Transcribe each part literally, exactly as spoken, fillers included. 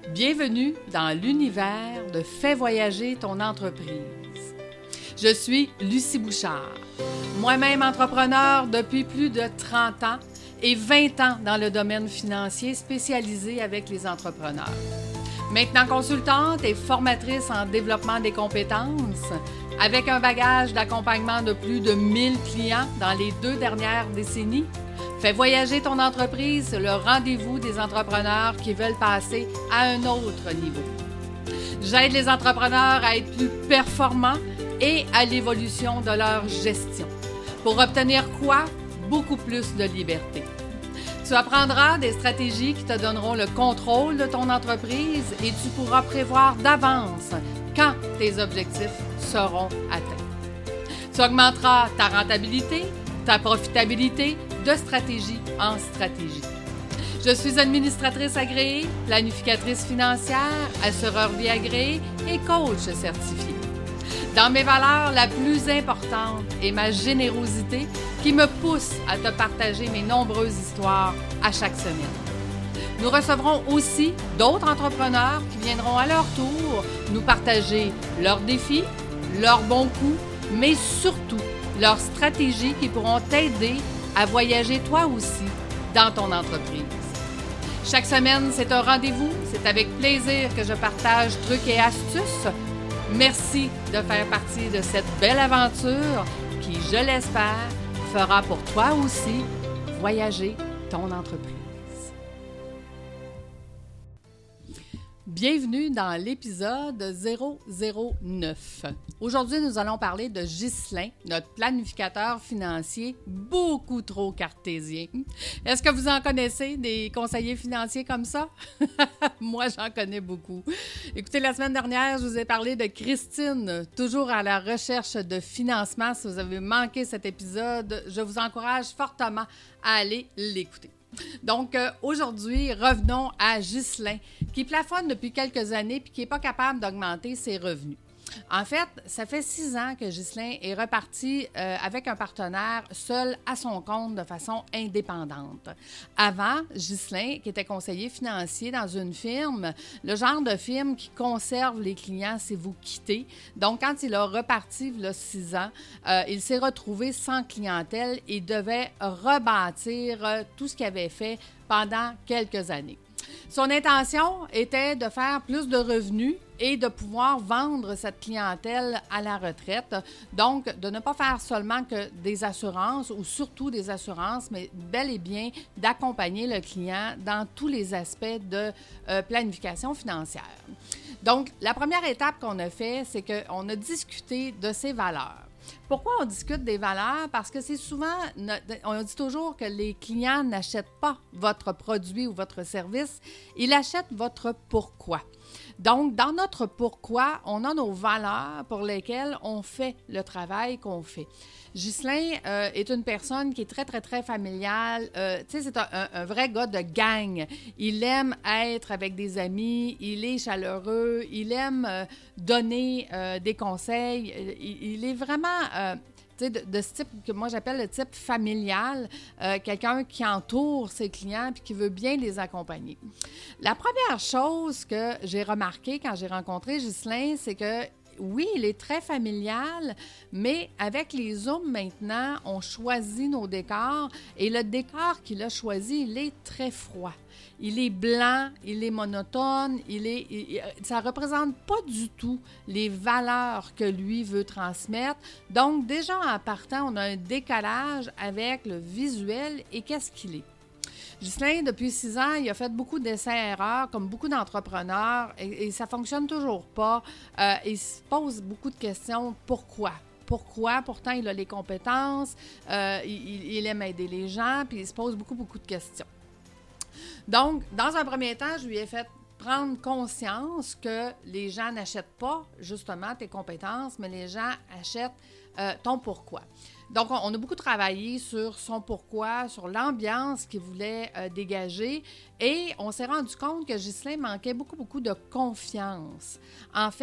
Bienvenue dans l'univers de Fais voyager ton entreprise. Je suis Lucie Bouchard, moi-même entrepreneur depuis plus de trente ans et vingt ans dans le domaine financier spécialisé avec les entrepreneurs. Maintenant consultante et formatrice en développement des compétences, avec un bagage d'accompagnement de plus de mille clients dans les deux dernières décennies, Fais voyager ton entreprise, c'est le rendez-vous des entrepreneurs qui veulent passer à un autre niveau. J'aide les entrepreneurs à être plus performants et à l'évolution de leur gestion. Pour obtenir quoi? Beaucoup plus de liberté. Tu apprendras des stratégies qui te donneront le contrôle de ton entreprise et tu pourras prévoir d'avance quand tes objectifs seront atteints. Tu augmenteras ta rentabilité, ta profitabilité de stratégie en stratégie. Je suis administratrice agréée, planificatrice financière, assureur vie agréée et coach certifié. Dans mes valeurs, la plus importante est ma générosité qui me pousse à te partager mes nombreuses histoires à chaque semaine. Nous recevrons aussi d'autres entrepreneurs qui viendront à leur tour nous partager leurs défis, leurs bons coups, mais surtout leurs stratégies qui pourront t'aider à voyager toi aussi dans ton entreprise. Chaque semaine, c'est un rendez-vous. C'est avec plaisir que je partage trucs et astuces. Merci de faire partie de cette belle aventure qui, je l'espère, fera pour toi aussi voyager ton entreprise. Bienvenue dans l'épisode zéro zéro neuf. Aujourd'hui, nous allons parler de Ghislain, notre planificateur financier beaucoup trop cartésien. Est-ce que vous en connaissez des conseillers financiers comme ça? Moi, j'en connais beaucoup. Écoutez, la semaine dernière, je vous ai parlé de Christine, toujours à la recherche de financement. Si vous avez manqué cet épisode, je vous encourage fortement à aller l'écouter. Donc, euh, aujourd'hui, revenons à Ghislain, qui plafonne depuis quelques années et qui n'est pas capable d'augmenter ses revenus. En fait, ça fait six ans que Ghislain est reparti euh, avec un partenaire seul à son compte de façon indépendante. Avant, Ghislain, qui était conseiller financier dans une firme, le genre de firme qui conserve les clients si vous quittez. Donc, quand il a reparti il y a six ans, euh, il s'est retrouvé sans clientèle et devait rebâtir euh, tout ce qu'il avait fait pendant quelques années. Son intention était de faire plus de revenus et de pouvoir vendre cette clientèle à la retraite. Donc, de ne pas faire seulement que des assurances ou surtout des assurances, mais bel et bien d'accompagner le client dans tous les aspects de euh, planification financière. Donc, la première étape qu'on a fait, c'est qu'on a discuté de ses valeurs. Pourquoi on discute des valeurs? Parce que c'est souvent, on dit toujours que les clients n'achètent pas votre produit ou votre service, ils achètent votre pourquoi. Donc, dans notre pourquoi, on a nos valeurs pour lesquelles on fait le travail qu'on fait. Ghislain euh, est une personne qui est très, très, très familiale. Euh, tu sais, c'est un, un, un vrai gars de gang. Il aime être avec des amis, il est chaleureux, il aime euh, donner euh, des conseils. Il, il est vraiment... Euh, De, de ce type que moi j'appelle le type familial, euh, quelqu'un qui entoure ses clients et qui veut bien les accompagner. La première chose que j'ai remarqué quand j'ai rencontré Ghislain, c'est que oui, il est très familial, mais avec les Zooms maintenant, on choisit nos décors et le décor qu'il a choisi, il est très froid. Il est blanc, il est monotone, il est, il, ça ne représente pas du tout les valeurs que lui veut transmettre. Donc, déjà en partant, on a un décalage avec le visuel et qu'est-ce qu'il est. Ghislain, depuis six ans, il a fait beaucoup d'essais-erreurs, comme beaucoup d'entrepreneurs, et, et ça ne fonctionne toujours pas. Euh, il se pose beaucoup de questions. Pourquoi? Pourquoi? Pourtant, il a les compétences, euh, il, il aime aider les gens, puis il se pose beaucoup, beaucoup de questions. Donc, dans un premier temps, je lui ai fait prendre conscience que les gens n'achètent pas, justement, tes compétences, mais les gens achètent euh, ton pourquoi. Donc, on a beaucoup travaillé sur son pourquoi, sur l'ambiance qu'il voulait euh, dégager et on s'est rendu compte que Ghislain manquait beaucoup, beaucoup de confiance. En fait,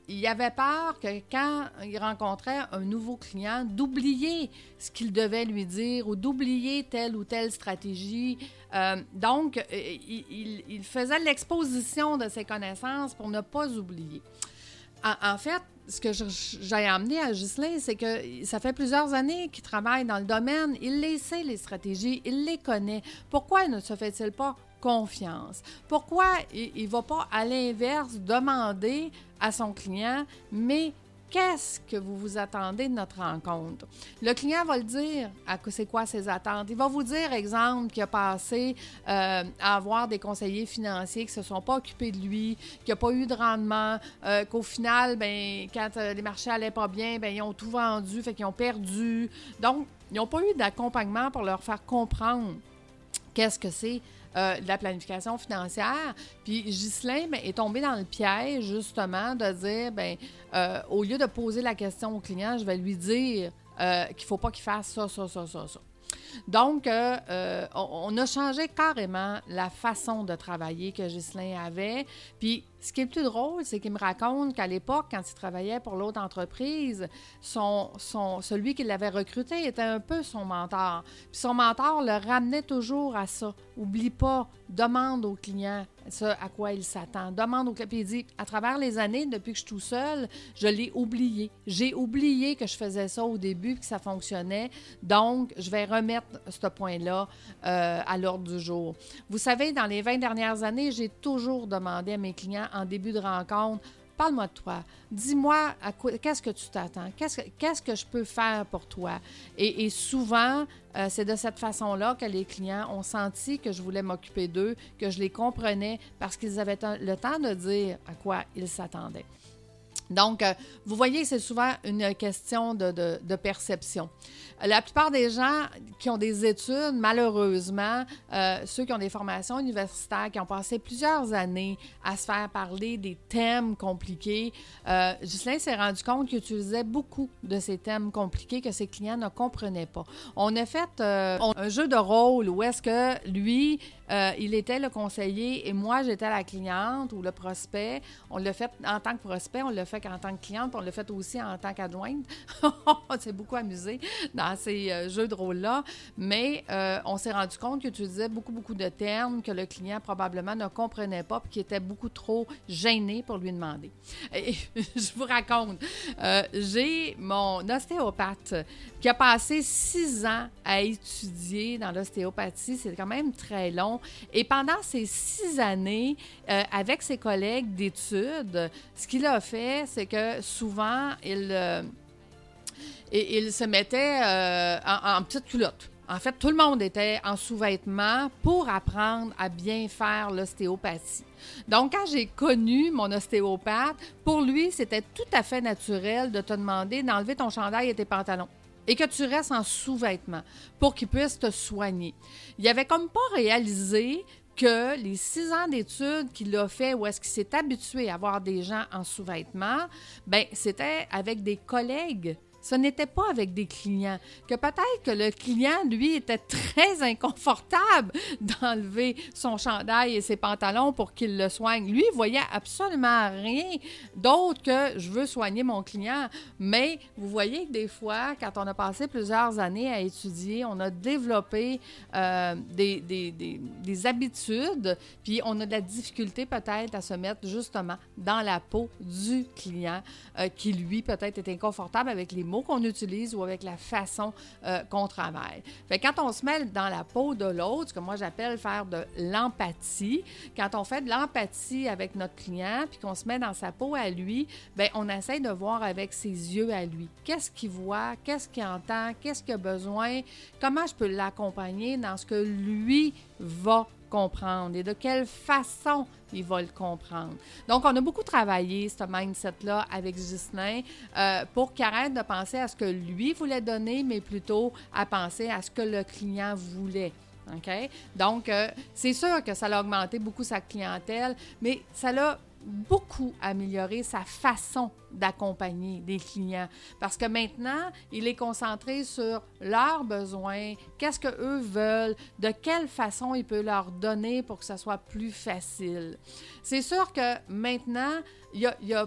il avait peur que quand il rencontrait un nouveau client, d'oublier ce qu'il devait lui dire ou d'oublier telle ou telle stratégie. Euh, donc, il, il, il faisait l'exposition de ses connaissances pour ne pas oublier. En, en fait, ce que je, j'ai amené à Ghislain, c'est que ça fait plusieurs années qu'il travaille dans le domaine. Il les sait, les stratégies, il les connaît. Pourquoi ne se fait-il pas confiance? Pourquoi il ne va pas, à l'inverse, demander à son client, mais qu'est-ce que vous vous attendez de notre rencontre? Le client va le dire, c'est quoi ses attentes. Il va vous dire, exemple, qu'il a passé euh, à avoir des conseillers financiers qui ne se sont pas occupés de lui, qu'il n'a pas eu de rendement, euh, qu'au final, ben, quand euh, les marchés n'allaient pas bien, ben, ils ont tout vendu, fait qu'ils ont perdu. Donc, ils n'ont pas eu d'accompagnement pour leur faire comprendre qu'est-ce que c'est Euh, de la planification financière. Puis Ghislain ben, est tombé dans le piège, justement, de dire, ben euh, au lieu de poser la question au client, je vais lui dire euh, qu'il ne faut pas qu'il fasse ça, ça, ça, ça, ça. Donc, euh, euh, on, on a changé carrément la façon de travailler que Ghislain avait. Puis, ce qui est le plus drôle, c'est qu'il me raconte qu'à l'époque, quand il travaillait pour l'autre entreprise, son, son, celui qui l'avait recruté était un peu son mentor. Puis son mentor le ramenait toujours à ça. Oublie pas, demande au client ça à quoi il s'attend. Demande au client. Puis il dit, à travers les années, depuis que je suis tout seul, je l'ai oublié. J'ai oublié que je faisais ça au début, que ça fonctionnait. Donc, je vais remettre ce point-là euh, à l'ordre du jour. Vous savez, dans les vingt dernières années, j'ai toujours demandé à mes clients en début de rencontre, parle-moi de toi, dis-moi à quoi, qu'est-ce que tu t'attends, qu'est-ce que, qu'est-ce que je peux faire pour toi. Et, et souvent, euh, c'est de cette façon-là que les clients ont senti que je voulais m'occuper d'eux, que je les comprenais parce qu'ils avaient le temps de dire à quoi ils s'attendaient. Donc, euh, vous voyez, c'est souvent une question de, de, de perception. La plupart des gens qui ont des études, malheureusement, euh, ceux qui ont des formations universitaires, qui ont passé plusieurs années à se faire parler des thèmes compliqués, euh, Ghislain s'est rendu compte qu'il utilisait beaucoup de ces thèmes compliqués que ses clients ne comprenaient pas. On a fait euh, un jeu de rôle où est-ce que lui, euh, il était le conseiller et moi, j'étais la cliente ou le prospect. On l'a fait en tant que prospect, on l'a fait en tant que cliente, puis on l'a fait aussi en tant qu'adjointe. On s'est beaucoup amusé dans ces euh, jeux de rôle-là, mais euh, on s'est rendu compte qu'il utilisait beaucoup, beaucoup de termes que le client probablement ne comprenait pas puis qui était beaucoup trop gêné pour lui demander. Et, je vous raconte, euh, j'ai mon ostéopathe qui a passé six ans à étudier dans l'ostéopathie. C'est quand même très long. Et pendant ces six années, euh, avec ses collègues d'études, ce qu'il a fait, c'est que souvent, il, euh, il, il se mettait euh, en, en petite culotte. En fait, tout le monde était en sous-vêtements pour apprendre à bien faire l'ostéopathie. Donc, quand j'ai connu mon ostéopathe, pour lui, c'était tout à fait naturel de te demander d'enlever ton chandail et tes pantalons et que tu restes en sous-vêtements pour qu'il puisse te soigner. Il n'avait comme pas réalisé que les six ans d'études qu'il a fait, où est-ce qu'il s'est habitué à voir des gens en sous-vêtements, bien, c'était avec des collègues. Ce n'était pas avec des clients. Que peut-être que le client, lui, était très inconfortable d'enlever son chandail et ses pantalons pour qu'il le soigne. Lui, il voyait absolument rien d'autre que « je veux soigner mon client ». Mais vous voyez que des fois, quand on a passé plusieurs années à étudier, on a développé euh, des, des, des, des habitudes, puis on a de la difficulté peut-être à se mettre justement dans la peau du client euh, qui, lui, peut-être est inconfortable avec les mots qu'on utilise ou avec la façon euh, qu'on travaille. Fait que quand on se met dans la peau de l'autre, ce que moi j'appelle faire de l'empathie, quand on fait de l'empathie avec notre client puis qu'on se met dans sa peau à lui, bien, on essaie de voir avec ses yeux à lui. Qu'est-ce qu'il voit? Qu'est-ce qu'il entend? Qu'est-ce qu'il a besoin? Comment je peux l'accompagner dans ce que lui va comprendre et de quelle façon il va le comprendre. Donc, on a beaucoup travaillé ce mindset-là avec Ghislain euh, pour qu'il arrête de penser à ce que lui voulait donner, mais plutôt à penser à ce que le client voulait. OK? Donc, euh, c'est sûr que ça a augmenté beaucoup sa clientèle, mais ça l'a beaucoup amélioré sa façon d'accompagner des clients parce que maintenant, il est concentré sur leurs besoins, qu'est-ce qu'eux veulent, de quelle façon il peut leur donner pour que ça soit plus facile. C'est sûr que maintenant, il y a, il y a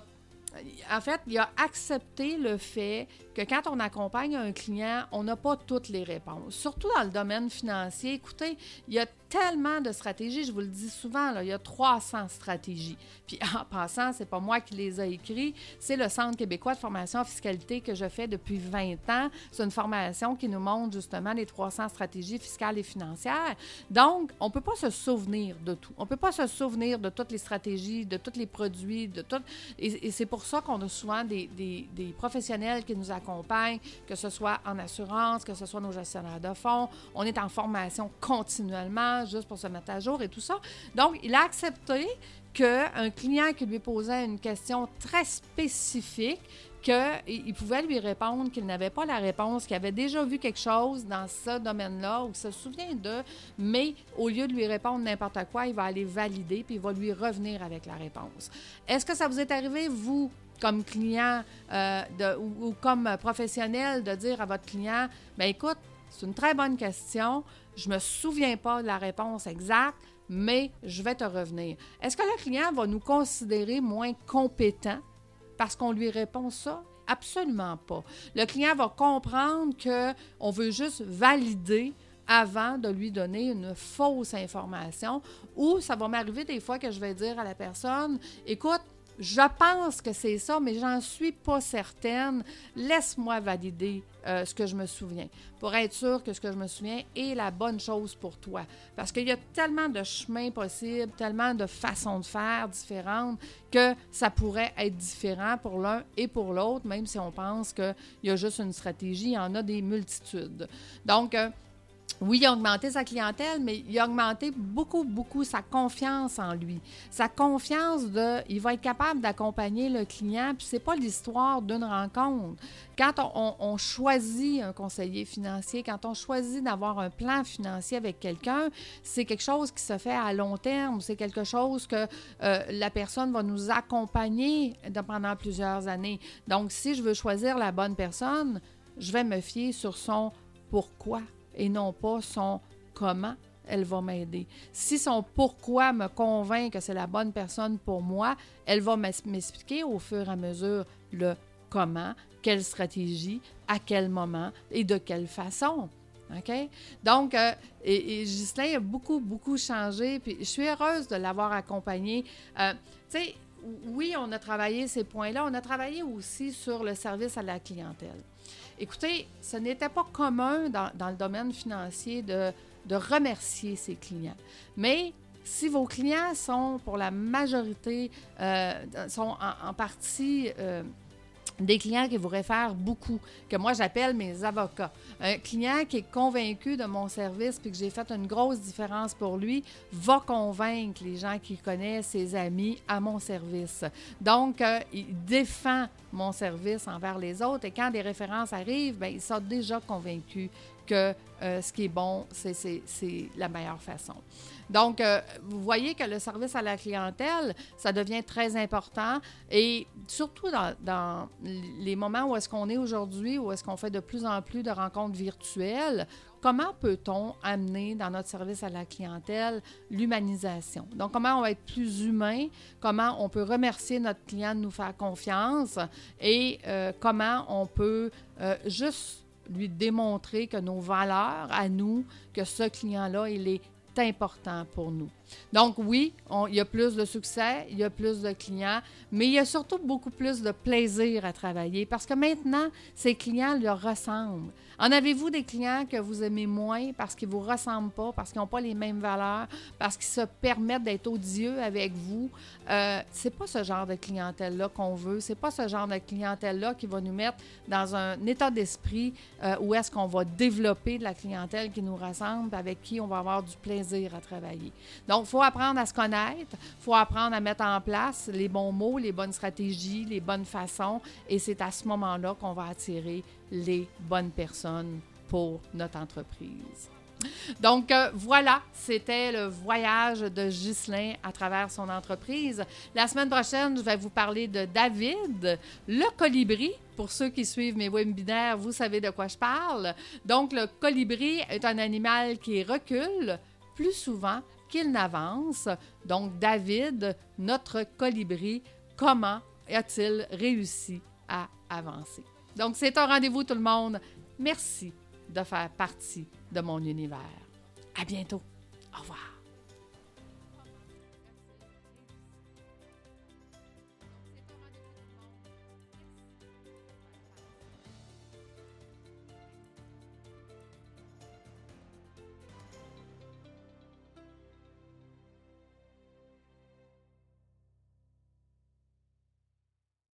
en fait, il a accepté le fait que quand on accompagne un client, on n'a pas toutes les réponses. Surtout dans le domaine financier. Écoutez, il y a tellement de stratégies, je vous le dis souvent, là, il y a trois cents stratégies. Puis en passant, c'est pas moi qui les ai écrites, c'est le Centre québécois de formation en fiscalité que je fais depuis vingt ans. C'est une formation qui nous montre justement les trois cents stratégies fiscales et financières. Donc, on ne peut pas se souvenir de tout. On ne peut pas se souvenir de toutes les stratégies, de tous les produits, de tout. Et, et c'est pour ça qu'on a souvent des, des, des professionnels qui nous accompagnent, que ce soit en assurance, que ce soit nos gestionnaires de fonds. On est en formation continuellement, juste pour se mettre à jour et tout ça. Donc, il a accepté qu'un client qui lui posait une question très spécifique, qu'il pouvait lui répondre qu'il n'avait pas la réponse, qu'il avait déjà vu quelque chose dans ce domaine-là ou qu'il se souvient de, mais au lieu de lui répondre n'importe quoi, il va aller valider puis il va lui revenir avec la réponse. Est-ce que ça vous est arrivé, vous, comme client euh, de, ou, ou comme professionnel, de dire à votre client, « Bien, écoute, c'est une très bonne question, je ne me souviens pas de la réponse exacte, mais je vais te revenir. » Est-ce que le client va nous considérer moins compétents parce qu'on lui répond ça? Absolument pas. Le client va comprendre qu'on veut juste valider avant de lui donner une fausse information, ou ça va m'arriver des fois que je vais dire à la personne, « Écoute, je pense que c'est ça, mais j'en suis pas certaine. Laisse-moi valider euh, ce que je me souviens pour être sûr que ce que je me souviens est la bonne chose pour toi. » Parce qu'il y a tellement de chemins possibles, tellement de façons de faire différentes que ça pourrait être différent pour l'un et pour l'autre, même si on pense qu'il y a juste une stratégie, il y en a des multitudes. Donc, euh, oui, il a augmenté sa clientèle, mais il a augmenté beaucoup, beaucoup sa confiance en lui. Sa confiance de... Il va être capable d'accompagner le client, puis c'est pas l'histoire d'une rencontre. Quand on, on, on choisit un conseiller financier, quand on choisit d'avoir un plan financier avec quelqu'un, c'est quelque chose qui se fait à long terme. C'est quelque chose que euh, la personne va nous accompagner pendant plusieurs années. Donc, si je veux choisir la bonne personne, je vais me fier sur son pourquoi et non pas son comment elle va m'aider. Si son pourquoi me convainc que c'est la bonne personne pour moi, elle va m'expliquer au fur et à mesure le comment, quelle stratégie, à quel moment et de quelle façon. OK? Donc, euh, et, et Ghislain a beaucoup, beaucoup changé, puis je suis heureuse de l'avoir accompagné. Euh, tu sais, oui, on a travaillé ces points-là. On a travaillé aussi sur le service à la clientèle. Écoutez, ce n'était pas commun dans, dans le domaine financier de, de remercier ses clients. Mais si vos clients sont, pour la majorité, euh, sont en, en partie... Euh, des clients qui vous réfèrent beaucoup, que moi j'appelle mes avocats. Un client qui est convaincu de mon service puis que j'ai fait une grosse différence pour lui va convaincre les gens qu'il connaît, ses amis, à mon service. Donc, euh, il défend mon service envers les autres et quand des références arrivent, bien, ils sont déjà convaincus que euh, ce qui est bon, c'est, c'est, c'est la meilleure façon. Donc, euh, vous voyez que le service à la clientèle, ça devient très important et surtout dans, dans les moments où est-ce qu'on est aujourd'hui, où est-ce qu'on fait de plus en plus de rencontres virtuelles, comment peut-on amener dans notre service à la clientèle l'humanisation? Donc, comment on va être plus humain, comment on peut remercier notre client de nous faire confiance et euh, comment on peut euh, juste lui démontrer que nos valeurs à nous, que ce client-là, il est important pour nous. Donc oui, on, il y a plus de succès, il y a plus de clients, mais il y a surtout beaucoup plus de plaisir à travailler parce que maintenant, ces clients leur ressemblent. En avez-vous des clients que vous aimez moins parce qu'ils ne vous ressemblent pas, parce qu'ils n'ont pas les mêmes valeurs, parce qu'ils se permettent d'être odieux avec vous? Euh, c'est pas ce genre de clientèle-là qu'on veut. C'est pas ce genre de clientèle-là qui va nous mettre dans un état d'esprit euh, où est-ce qu'on va développer de la clientèle qui nous ressemble, avec qui on va avoir du plaisir à travailler. Donc, il faut apprendre à se connaître, il faut apprendre à mettre en place les bons mots, les bonnes stratégies, les bonnes façons, et c'est à ce moment-là qu'on va attirer les bonnes personnes pour notre entreprise. Donc, euh, voilà, c'était le voyage de Ghislain à travers son entreprise. La semaine prochaine, je vais vous parler de David, le colibri. Pour ceux qui suivent mes webinaires, vous savez de quoi je parle. Donc, le colibri est un animal qui recule plus souvent qu'il n'avance. Donc, David, notre colibri, comment a-t-il réussi à avancer? Donc, c'est un rendez-vous tout le monde. Merci de faire partie de mon univers. À bientôt. Au revoir.